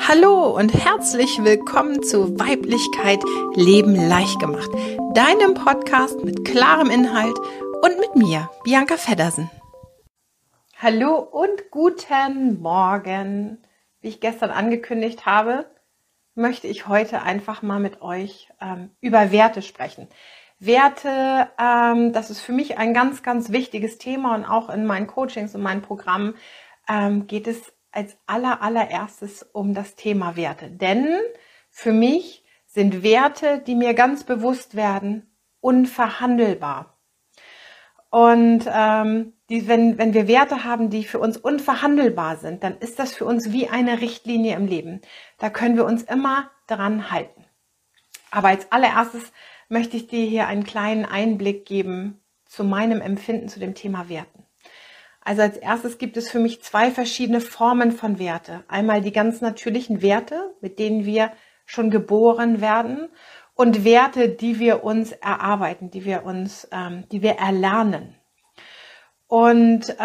Hallo und herzlich willkommen zu Weiblichkeit Leben leicht gemacht, deinem Podcast mit klarem Inhalt und mit mir, Bianca Feddersen. Hallo und guten Morgen. Wie ich gestern angekündigt habe, möchte ich heute einfach mal mit euch über Werte sprechen. Werte, das ist für mich ein ganz, ganz wichtiges Thema und auch in meinen Coachings und meinen Programmen geht es als allererstes um das Thema Werte. Denn für mich sind Werte, die mir ganz bewusst werden, unverhandelbar. Und wenn wir Werte haben, die für uns unverhandelbar sind, dann ist das für uns wie eine Richtlinie im Leben. Da können wir uns immer dran halten. Aber als allererstes möchte ich dir hier einen kleinen Einblick geben zu meinem Empfinden zu dem Thema Werten. Also als erstes gibt es für mich zwei verschiedene Formen von Werte. Einmal die ganz natürlichen Werte, mit denen wir schon geboren werden, und Werte, die wir uns erarbeiten, die wir erlernen. Und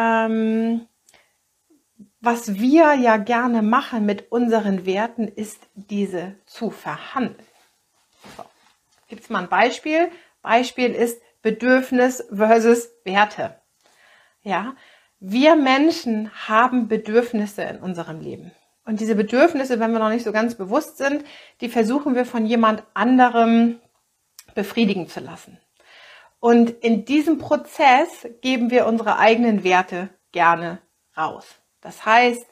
was wir ja gerne machen mit unseren Werten, ist diese zu verhandeln. So. Gibt es mal ein Beispiel? Beispiel ist Bedürfnis versus Werte. Ja. Wir Menschen haben Bedürfnisse in unserem Leben. Und diese Bedürfnisse, wenn wir noch nicht so ganz bewusst sind, die versuchen wir von jemand anderem befriedigen zu lassen. Und in diesem Prozess geben wir unsere eigenen Werte gerne raus. Das heißt,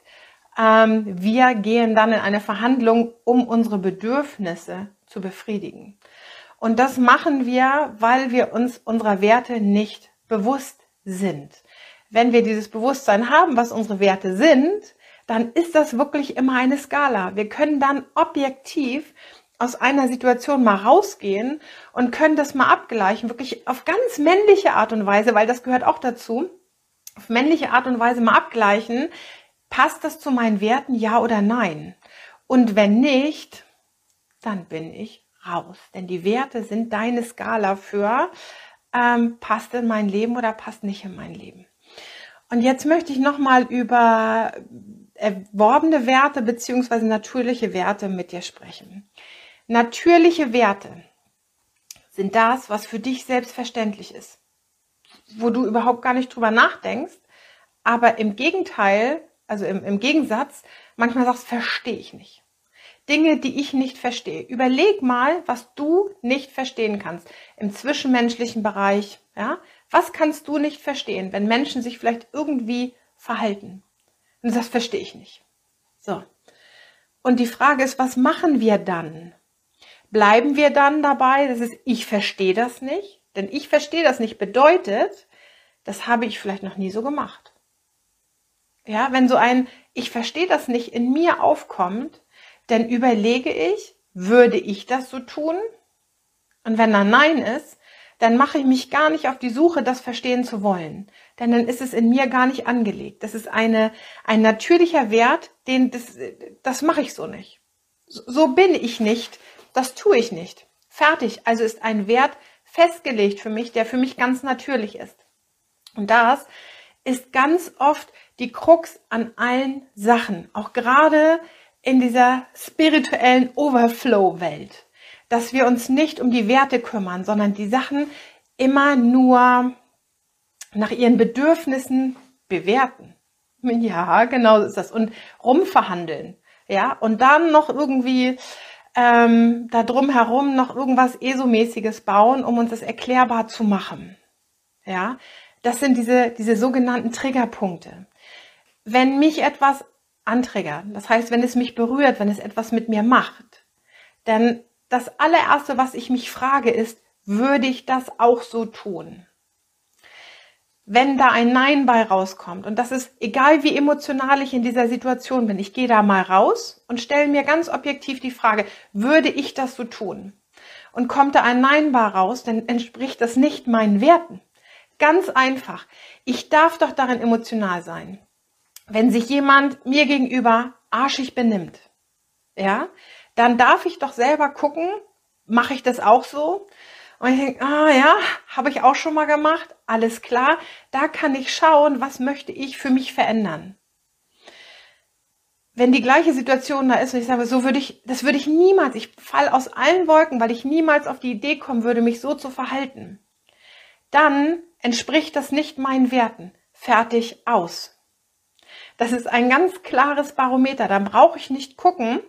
wir gehen dann in eine Verhandlung, um unsere Bedürfnisse zu befriedigen. Und das machen wir, weil wir uns unserer Werte nicht bewusst sind. Wenn wir dieses Bewusstsein haben, was unsere Werte sind, dann ist das wirklich immer eine Skala. Wir können dann objektiv aus einer Situation mal rausgehen und können das mal abgleichen, wirklich auf ganz männliche Art und Weise, weil das gehört auch dazu, auf männliche Art und Weise mal abgleichen, passt das zu meinen Werten, ja oder nein? Und wenn nicht, dann bin ich raus. Denn die Werte sind deine Skala für, passt in mein Leben oder passt nicht in mein Leben. Und jetzt möchte ich nochmal über erworbene Werte bzw. natürliche Werte mit dir sprechen. Natürliche Werte sind das, was für dich selbstverständlich ist, wo du überhaupt gar nicht drüber nachdenkst, aber im Gegenteil, also im Gegensatz, manchmal sagst, verstehe ich nicht. Dinge, die ich nicht verstehe. Überleg mal, was du nicht verstehen kannst im zwischenmenschlichen Bereich. Ja? Was kannst du nicht verstehen, wenn Menschen sich vielleicht irgendwie verhalten? Und das verstehe ich nicht. So. Und die Frage ist, was machen wir dann? Bleiben wir dann dabei, dass es ich verstehe das nicht? Denn ich verstehe das nicht bedeutet, das habe ich vielleicht noch nie so gemacht. Ja, wenn so ein ich verstehe das nicht in mir aufkommt, dann überlege ich, würde ich das so tun? Und wenn da Nein ist, dann mache ich mich gar nicht auf die Suche, das verstehen zu wollen. Denn dann ist es in mir gar nicht angelegt. Das ist ein natürlicher Wert, das mache ich so nicht. So bin ich nicht, das tue ich nicht. Fertig. Also ist ein Wert festgelegt für mich, der für mich ganz natürlich ist. Und das ist ganz oft die Krux an allen Sachen. Auch gerade in dieser spirituellen Overflow-Welt, dass wir uns nicht um die Werte kümmern, sondern die Sachen immer nur nach ihren Bedürfnissen bewerten. Ja, genau so ist das. Und rumverhandeln. Ja, und dann noch irgendwie da drumherum noch irgendwas ESO-mäßiges bauen, um uns das erklärbar zu machen. Ja, das sind diese sogenannten Triggerpunkte. Wenn mich etwas antriggert, das heißt, wenn es mich berührt, wenn es etwas mit mir macht, dann das allererste, was ich mich frage, ist, würde ich das auch so tun? Wenn da ein Nein bei rauskommt, und das ist egal, wie emotional ich in dieser Situation bin, ich gehe da mal raus und stelle mir ganz objektiv die Frage, würde ich das so tun? Und kommt da ein Nein bei raus, dann entspricht das nicht meinen Werten. Ganz einfach. Ich darf doch darin emotional sein. Wenn sich jemand mir gegenüber arschig benimmt, ja, dann darf ich doch selber gucken, mache ich das auch so? Und ich denke, ja, habe ich auch schon mal gemacht, alles klar, da kann ich schauen, was möchte ich für mich verändern. wenn die gleiche Situation da ist und ich sage, das würde ich niemals, ich falle aus allen Wolken, weil ich niemals auf die Idee kommen würde, mich so zu verhalten, dann entspricht das nicht meinen Werten. Fertig, aus. Das ist ein ganz klares Barometer. Dann brauche ich nicht gucken,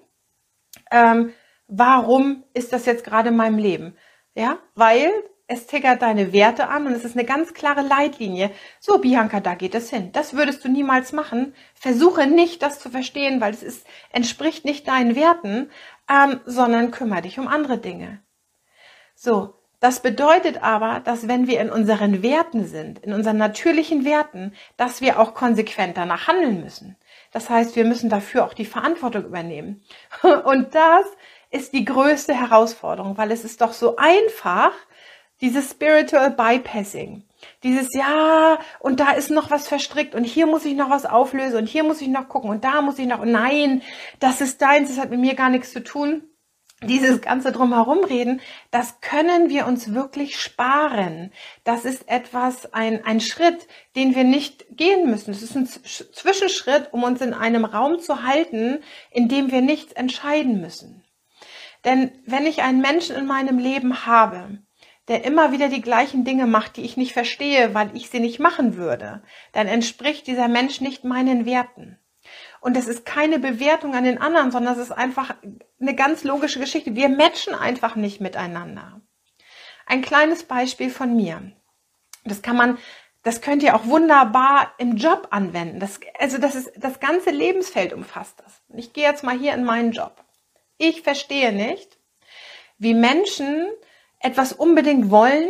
warum ist das jetzt gerade in meinem Leben? Ja, weil es triggert deine Werte an und es ist eine ganz klare Leitlinie. So, Bianca, da geht es hin. Das würdest du niemals machen. Versuche nicht, das zu verstehen, weil entspricht nicht deinen Werten, sondern kümmere dich um andere Dinge. So, das bedeutet aber, dass wenn wir in unseren Werten sind, in unseren natürlichen Werten, dass wir auch konsequent danach handeln müssen. Das heißt, wir müssen dafür auch die Verantwortung übernehmen. Und das ist die größte Herausforderung, weil es ist doch so einfach, dieses Spiritual Bypassing. Dieses, ja, und da ist noch was verstrickt und hier muss ich noch was auflösen und hier muss ich noch gucken und da muss ich noch, nein, das ist deins, das hat mit mir gar nichts zu tun. Dieses ganze Drumherum reden, das können wir uns wirklich sparen. Das ist ein Schritt, den wir nicht gehen müssen. Es ist ein Zwischenschritt, um uns in einem Raum zu halten, in dem wir nichts entscheiden müssen. Denn wenn ich einen Menschen in meinem Leben habe, der immer wieder die gleichen Dinge macht, die ich nicht verstehe, weil ich sie nicht machen würde, dann entspricht dieser Mensch nicht meinen Werten. Und das ist keine Bewertung an den anderen, sondern es ist einfach eine ganz logische Geschichte. Wir matchen einfach nicht miteinander. Ein kleines Beispiel von mir. Das könnt ihr auch wunderbar im Job anwenden. Das ganze Lebensfeld umfasst das. Ich gehe jetzt mal hier in meinen Job. Ich verstehe nicht, wie Menschen etwas unbedingt wollen,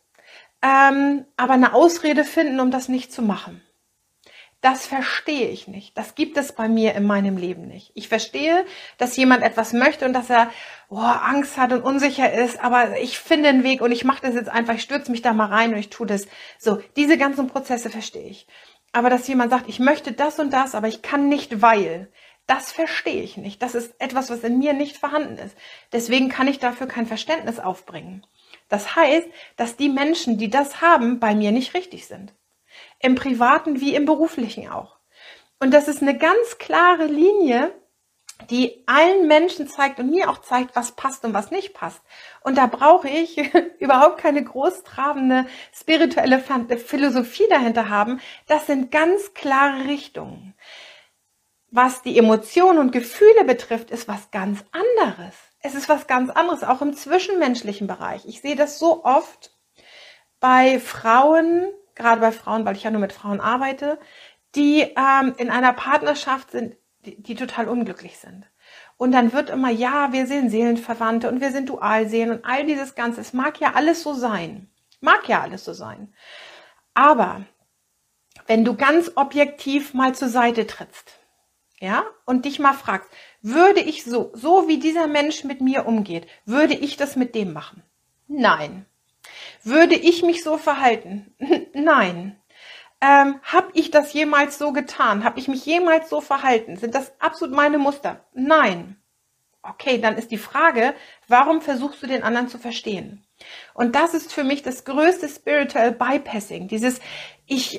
aber eine Ausrede finden, um das nicht zu machen. Das verstehe ich nicht. Das gibt es bei mir in meinem Leben nicht. Ich verstehe, dass jemand etwas möchte und dass er Angst hat und unsicher ist, aber ich finde einen Weg und ich mache das jetzt einfach, ich stürze mich da mal rein und ich tue das. So, diese ganzen Prozesse verstehe ich. Aber dass jemand sagt, ich möchte das und das, aber ich kann nicht, weil, das verstehe ich nicht. Das ist etwas, was in mir nicht vorhanden ist. Deswegen kann ich dafür kein Verständnis aufbringen. Das heißt, dass die Menschen, die das haben, bei mir nicht richtig sind. Im Privaten wie im Beruflichen auch. Und das ist eine ganz klare Linie, die allen Menschen zeigt und mir auch zeigt, was passt und was nicht passt. Und da brauche ich überhaupt keine großtrabende spirituelle Philosophie dahinter haben. Das sind ganz klare Richtungen. Was die Emotionen und Gefühle betrifft, ist was ganz anderes. Es ist was ganz anderes, auch im zwischenmenschlichen Bereich. Ich sehe das so oft bei Frauen, gerade bei Frauen, weil ich ja nur mit Frauen arbeite, die in einer Partnerschaft sind, die total unglücklich sind. Und dann wird immer, ja, wir sind Seelenverwandte und wir sind Dualseelen und all dieses Ganze. Es mag ja alles so sein. Mag ja alles so sein. Aber wenn du ganz objektiv mal zur Seite trittst, ja, und dich mal fragst, würde ich so wie dieser Mensch mit mir umgeht, würde ich das mit dem machen? Nein. Würde ich mich so verhalten? Nein. Habe ich das jemals so getan? Habe ich mich jemals so verhalten? Sind das absolut meine Muster? Nein. Okay, dann ist die Frage, warum versuchst du den anderen zu verstehen? Und das ist für mich das größte Spiritual Bypassing. Ich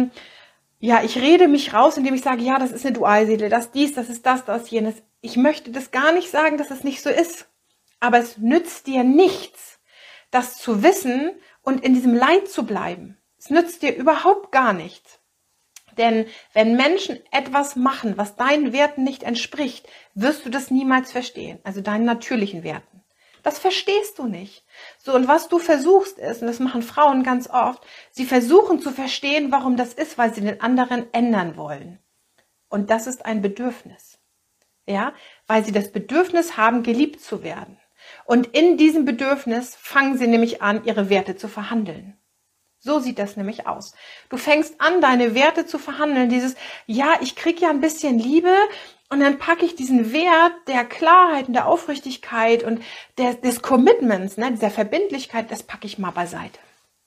rede mich raus, indem ich sage, ja, das ist eine Dualseele, das ist das, jenes. Ich möchte das gar nicht sagen, dass es nicht so ist. Aber es nützt dir nichts, das zu wissen und in diesem Leid zu bleiben. Es nützt dir überhaupt gar nichts. Denn wenn Menschen etwas machen, was deinen Werten nicht entspricht, wirst du das niemals verstehen, also deinen natürlichen Werten. Das verstehst du nicht. So, und was du versuchst ist, und das machen Frauen ganz oft, sie versuchen zu verstehen, warum das ist, weil sie den anderen ändern wollen. Und das ist ein Bedürfnis. Ja, weil sie das Bedürfnis haben, geliebt zu werden. Und in diesem Bedürfnis fangen sie nämlich an, ihre Werte zu verhandeln. So sieht das nämlich aus. Du fängst an, deine Werte zu verhandeln. Ja, ich kriege ja ein bisschen Liebe und dann packe ich diesen Wert der Klarheit und der Aufrichtigkeit und des Commitments, dieser Verbindlichkeit, das packe ich mal beiseite.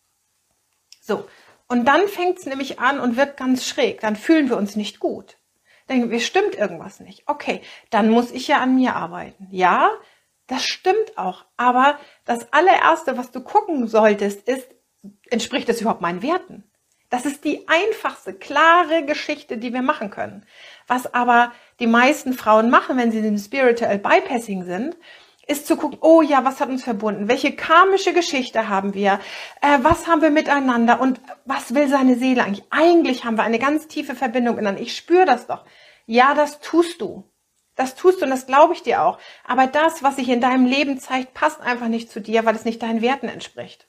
So, und dann fängt es nämlich an und wird ganz schräg. Dann fühlen wir uns nicht gut. Denken wir, stimmt irgendwas nicht. Okay, dann muss ich ja an mir arbeiten. Ja, das stimmt auch. Aber das allererste, was du gucken solltest, ist, entspricht das überhaupt meinen Werten? Das ist die einfachste, klare Geschichte, die wir machen können. Was aber die meisten Frauen machen, wenn sie im Spiritual Bypassing sind, ist zu gucken, oh ja, was hat uns verbunden? Welche karmische Geschichte haben wir? Was haben wir miteinander? Und was will seine Seele eigentlich? Eigentlich haben wir eine ganz tiefe Verbindung miteinander. Ich spüre das doch. Ja, das tust du. Das tust du und das glaube ich dir auch. Aber das, was sich in deinem Leben zeigt, passt einfach nicht zu dir, weil es nicht deinen Werten entspricht.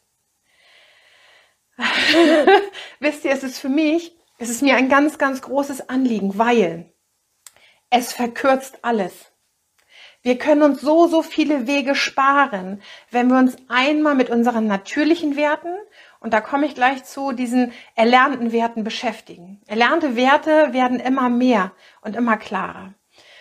Wisst ihr, es ist mir ein ganz, ganz großes Anliegen, weil es verkürzt alles. Wir können uns so viele Wege sparen, wenn wir uns einmal mit unseren natürlichen Werten, und da komme ich gleich zu, diesen erlernten Werten beschäftigen. Erlernte Werte werden immer mehr und immer klarer.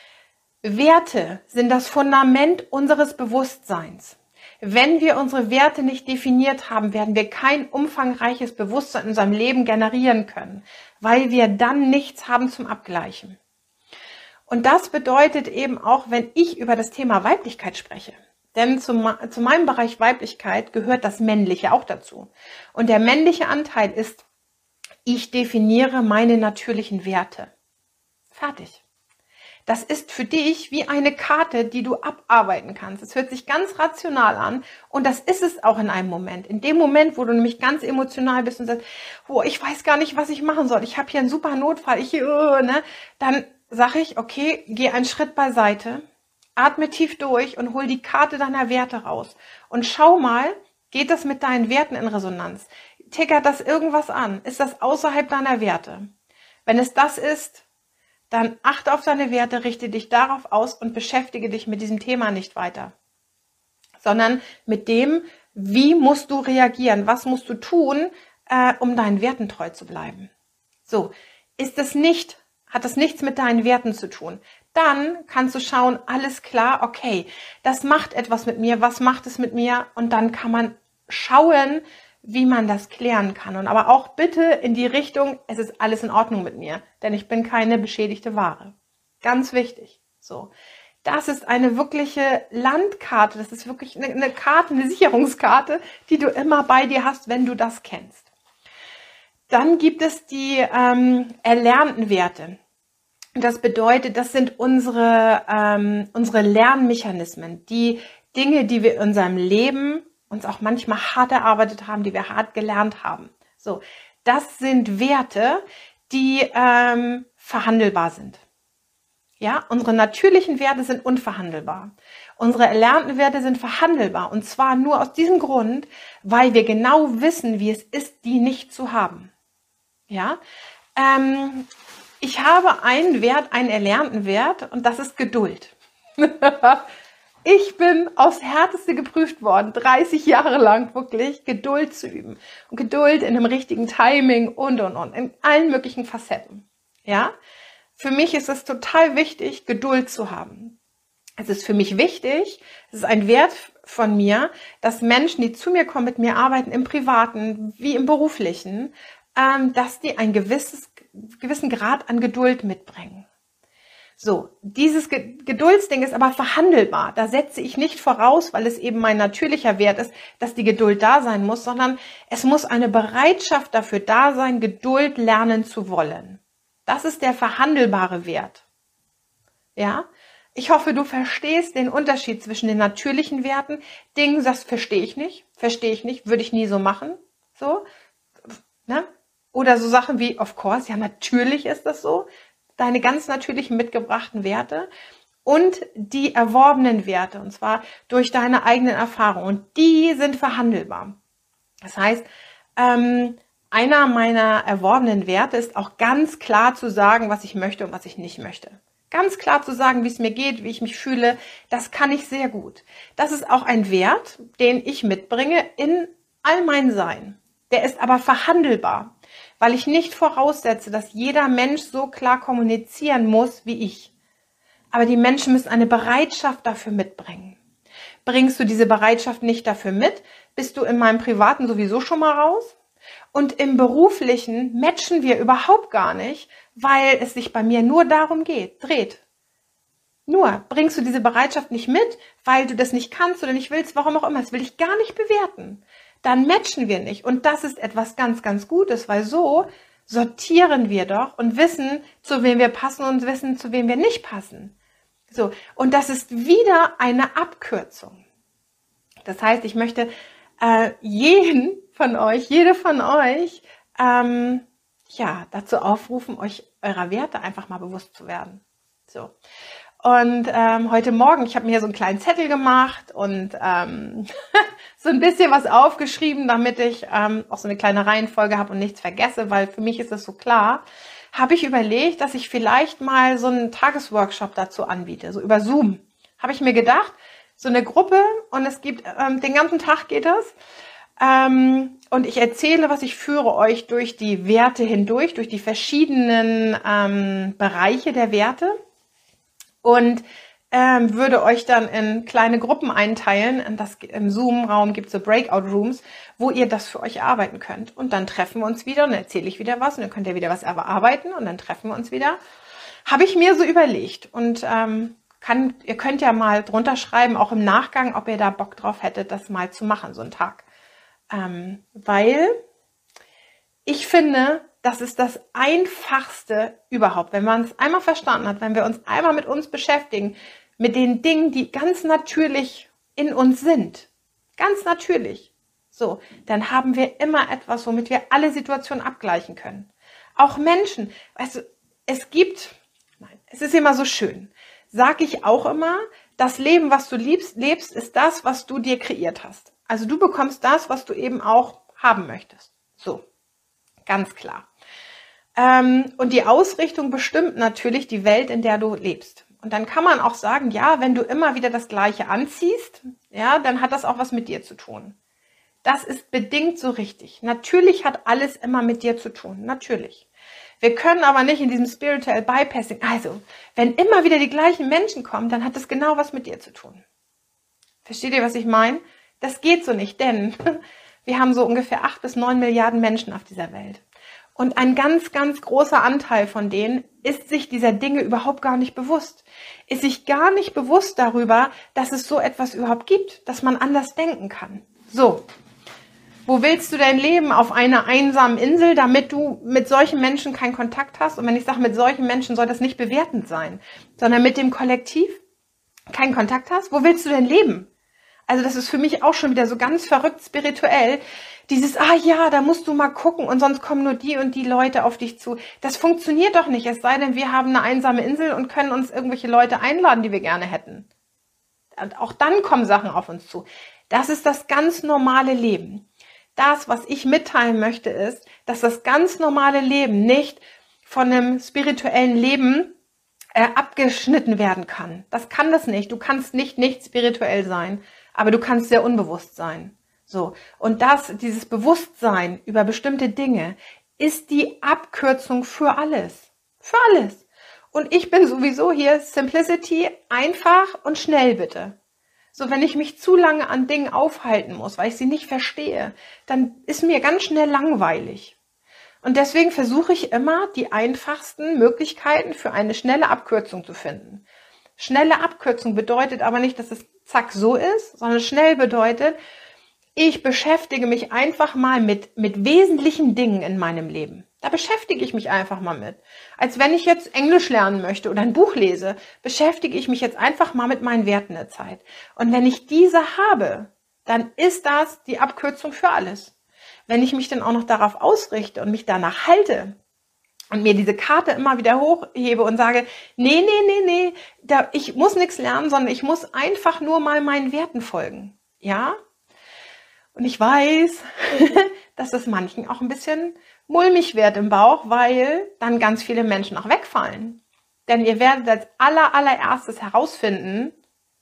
Werte sind das Fundament unseres Bewusstseins. Wenn wir unsere Werte nicht definiert haben, werden wir kein umfangreiches Bewusstsein in unserem Leben generieren können, weil wir dann nichts haben zum Abgleichen. Und das bedeutet eben auch, wenn ich über das Thema Weiblichkeit spreche. Denn zu meinem Bereich Weiblichkeit gehört das Männliche auch dazu. Und der männliche Anteil ist, ich definiere meine natürlichen Werte. Fertig. Das ist für dich wie eine Karte, die du abarbeiten kannst. Es hört sich ganz rational an und das ist es auch in einem Moment. In dem Moment, wo du nämlich ganz emotional bist und sagst, oh, ich weiß gar nicht, was ich machen soll. Ich habe hier einen super Notfall. Dann sage ich, okay, geh einen Schritt beiseite, atme tief durch und hol die Karte deiner Werte raus. Und schau mal, geht das mit deinen Werten in Resonanz? Tickert das irgendwas an? Ist das außerhalb deiner Werte? Wenn es das ist, dann achte auf deine Werte, richte dich darauf aus und beschäftige dich mit diesem Thema nicht weiter. Sondern mit dem, wie musst du reagieren? Was musst du tun, um deinen Werten treu zu bleiben? So, hat das nichts mit deinen Werten zu tun. Dann kannst du schauen, alles klar, okay, das macht etwas mit mir, was macht es mit mir? Und dann kann man schauen, wie man das klären kann. Und aber auch bitte in die Richtung, es ist alles in Ordnung mit mir, denn ich bin keine beschädigte Ware. Ganz wichtig. So, das ist eine wirkliche Landkarte, das ist wirklich eine Karte, eine Sicherungskarte, die du immer bei dir hast, wenn du das kennst. Dann gibt es die erlernten Werte. Das bedeutet, das sind unsere Lernmechanismen, die Dinge, die wir in unserem Leben uns auch manchmal hart erarbeitet haben, die wir hart gelernt haben. So, das sind Werte, die verhandelbar sind. Ja, unsere natürlichen Werte sind unverhandelbar. Unsere erlernten Werte sind verhandelbar. Und zwar nur aus diesem Grund, weil wir genau wissen, wie es ist, die nicht zu haben. Ja, ich habe einen Wert, einen erlernten Wert, und das ist Geduld. Ich bin aufs Härteste geprüft worden, 30 Jahre lang wirklich Geduld zu üben. Und Geduld in dem richtigen Timing und, in allen möglichen Facetten. Ja, für mich ist es total wichtig, Geduld zu haben. Es ist für mich wichtig, es ist ein Wert von mir, dass Menschen, die zu mir kommen, mit mir arbeiten, im Privaten wie im Beruflichen, dass die einen gewissen Grad an Geduld mitbringen. So, dieses Geduldsding ist aber verhandelbar. Da setze ich nicht voraus, weil es eben mein natürlicher Wert ist, dass die Geduld da sein muss, sondern es muss eine Bereitschaft dafür da sein, Geduld lernen zu wollen. Das ist der verhandelbare Wert. Ja? Ich hoffe, du verstehst den Unterschied zwischen den natürlichen Werten. Dingen, das verstehe ich nicht, würde ich nie so machen. So, ne? Oder so Sachen wie, of course, ja, natürlich ist das so. Deine ganz natürlichen mitgebrachten Werte und die erworbenen Werte, und zwar durch deine eigenen Erfahrungen. Und die sind verhandelbar. Das heißt, einer meiner erworbenen Werte ist auch ganz klar zu sagen, was ich möchte und was ich nicht möchte. Ganz klar zu sagen, wie es mir geht, wie ich mich fühle, das kann ich sehr gut. Das ist auch ein Wert, den ich mitbringe in all mein Sein. Der ist aber verhandelbar, weil ich nicht voraussetze, dass jeder Mensch so klar kommunizieren muss wie ich. Aber die Menschen müssen eine Bereitschaft dafür mitbringen. Bringst du diese Bereitschaft nicht dafür mit, bist du in meinem Privaten sowieso schon mal raus. Und im Beruflichen matchen wir überhaupt gar nicht, weil es sich bei mir nur darum dreht. Nur bringst du diese Bereitschaft nicht mit, weil du das nicht kannst oder nicht willst, warum auch immer, das will ich gar nicht bewerten. Dann matchen wir nicht. Und das ist etwas ganz, ganz Gutes, weil so sortieren wir doch und wissen, zu wem wir passen und wissen, zu wem wir nicht passen. So, und das ist wieder eine Abkürzung. Das heißt, ich möchte jeden von euch, jede von euch, dazu aufrufen, euch eurer Werte einfach mal bewusst zu werden. So. Und heute Morgen, ich habe mir hier so einen kleinen Zettel gemacht und so ein bisschen was aufgeschrieben, damit ich auch so eine kleine Reihenfolge habe und nichts vergesse, weil für mich ist das so klar, habe ich überlegt, dass ich vielleicht mal so einen Tagesworkshop dazu anbiete, so über Zoom. Habe ich mir gedacht, so eine Gruppe und es gibt, den ganzen Tag geht das. Und ich erzähle, was ich führe euch durch die Werte hindurch, durch die verschiedenen Bereiche der Werte und würde euch dann in kleine Gruppen einteilen. Im Zoom-Raum gibt es so Breakout-Rooms, wo ihr das für euch erarbeiten könnt. Und dann treffen wir uns wieder und erzähle ich wieder was und dann könnt ihr wieder was erarbeiten und dann treffen wir uns wieder. Habe ich mir so überlegt und ihr könnt ja mal drunter schreiben, auch im Nachgang, ob ihr da Bock drauf hättet, das mal zu machen, so einen Tag. Weil ich finde, das ist das Einfachste überhaupt, wenn man es einmal verstanden hat, wenn wir uns einmal mit uns beschäftigen, mit den Dingen, die ganz natürlich in uns sind. Ganz natürlich. So, dann haben wir immer etwas, womit wir alle Situationen abgleichen können. Auch Menschen. Weißt du, es ist immer so schön. Sag ich auch immer, das Leben, was du lebst, ist das, was du dir kreiert hast. Also du bekommst das, was du eben auch haben möchtest. So, ganz klar. Und die Ausrichtung bestimmt natürlich die Welt, in der du lebst. Und dann kann man auch sagen, ja, wenn du immer wieder das Gleiche anziehst, ja, dann hat das auch was mit dir zu tun. Das ist bedingt so richtig. Natürlich hat alles immer mit dir zu tun. Natürlich. Wir können aber nicht in diesem Spiritual Bypassing, also wenn immer wieder die gleichen Menschen kommen, dann hat das genau was mit dir zu tun. Versteht ihr, was ich meine? Das geht so nicht, denn wir haben so ungefähr 8 bis 9 Milliarden Menschen auf dieser Welt. Und ein ganz, ganz großer Anteil von denen ist sich dieser Dinge überhaupt gar nicht bewusst. Ist sich gar nicht bewusst darüber, dass es so etwas überhaupt gibt, dass man anders denken kann. So, wo willst du dein Leben? Auf einer einsamen Insel, damit du mit solchen Menschen keinen Kontakt hast? Und wenn ich sage, mit solchen Menschen soll das nicht bewertend sein, sondern mit dem Kollektiv keinen Kontakt hast? Wo willst du denn leben? Also das ist für mich auch schon wieder so ganz verrückt spirituell. Dieses, da musst du mal gucken und sonst kommen nur die und die Leute auf dich zu. Das funktioniert doch nicht, es sei denn, wir haben eine einsame Insel und können uns irgendwelche Leute einladen, die wir gerne hätten. Und auch dann kommen Sachen auf uns zu. Das ist das ganz normale Leben. Das, was ich mitteilen möchte, ist, dass das ganz normale Leben nicht von einem spirituellen Leben abgeschnitten werden kann. Das kann das nicht. Du kannst nicht spirituell sein, aber du kannst sehr unbewusst sein. So. Und dieses Bewusstsein über bestimmte Dinge ist die Abkürzung für alles. Für alles. Und ich bin sowieso hier Simplicity, einfach und schnell bitte. So, wenn ich mich zu lange an Dingen aufhalten muss, weil ich sie nicht verstehe, dann ist mir ganz schnell langweilig. Und deswegen versuche ich immer, die einfachsten Möglichkeiten für eine schnelle Abkürzung zu finden. Schnelle Abkürzung bedeutet aber nicht, dass es zack so ist, sondern schnell bedeutet, ich beschäftige mich einfach mal mit wesentlichen Dingen in meinem Leben. Da beschäftige ich mich einfach mal mit. Als wenn ich jetzt Englisch lernen möchte oder ein Buch lese, beschäftige ich mich jetzt einfach mal mit meinen Werten der Zeit. Und wenn ich diese habe, dann ist das die Abkürzung für alles. Wenn ich mich dann auch noch darauf ausrichte und mich danach halte und mir diese Karte immer wieder hochhebe und sage, nee, ich muss nichts lernen, sondern ich muss einfach nur mal meinen Werten folgen. Ja? Und ich weiß, dass das manchen auch ein bisschen mulmig wird im Bauch, weil dann ganz viele Menschen auch wegfallen. Denn ihr werdet als allererstes herausfinden,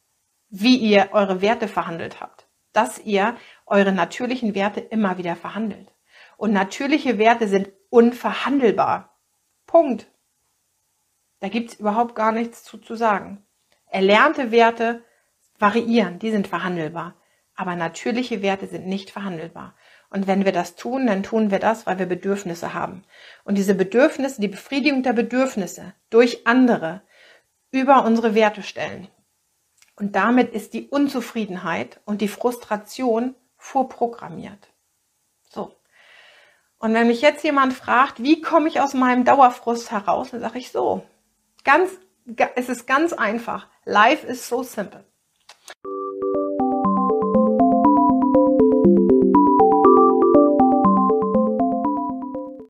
wie ihr eure Werte verhandelt habt. Dass ihr eure natürlichen Werte immer wieder verhandelt. Und natürliche Werte sind unverhandelbar. Punkt. Da gibt es überhaupt gar nichts zu sagen. Erlernte Werte variieren, die sind verhandelbar. Aber natürliche Werte sind nicht verhandelbar. Und wenn wir das tun, dann tun wir das, weil wir Bedürfnisse haben. Und diese Bedürfnisse, die Befriedigung der Bedürfnisse durch andere über unsere Werte stellen. Und damit ist die Unzufriedenheit und die Frustration vorprogrammiert. So. Und wenn mich jetzt jemand fragt, wie komme ich aus meinem Dauerfrust heraus, dann sage ich so, es ist ganz einfach. Life is so simple.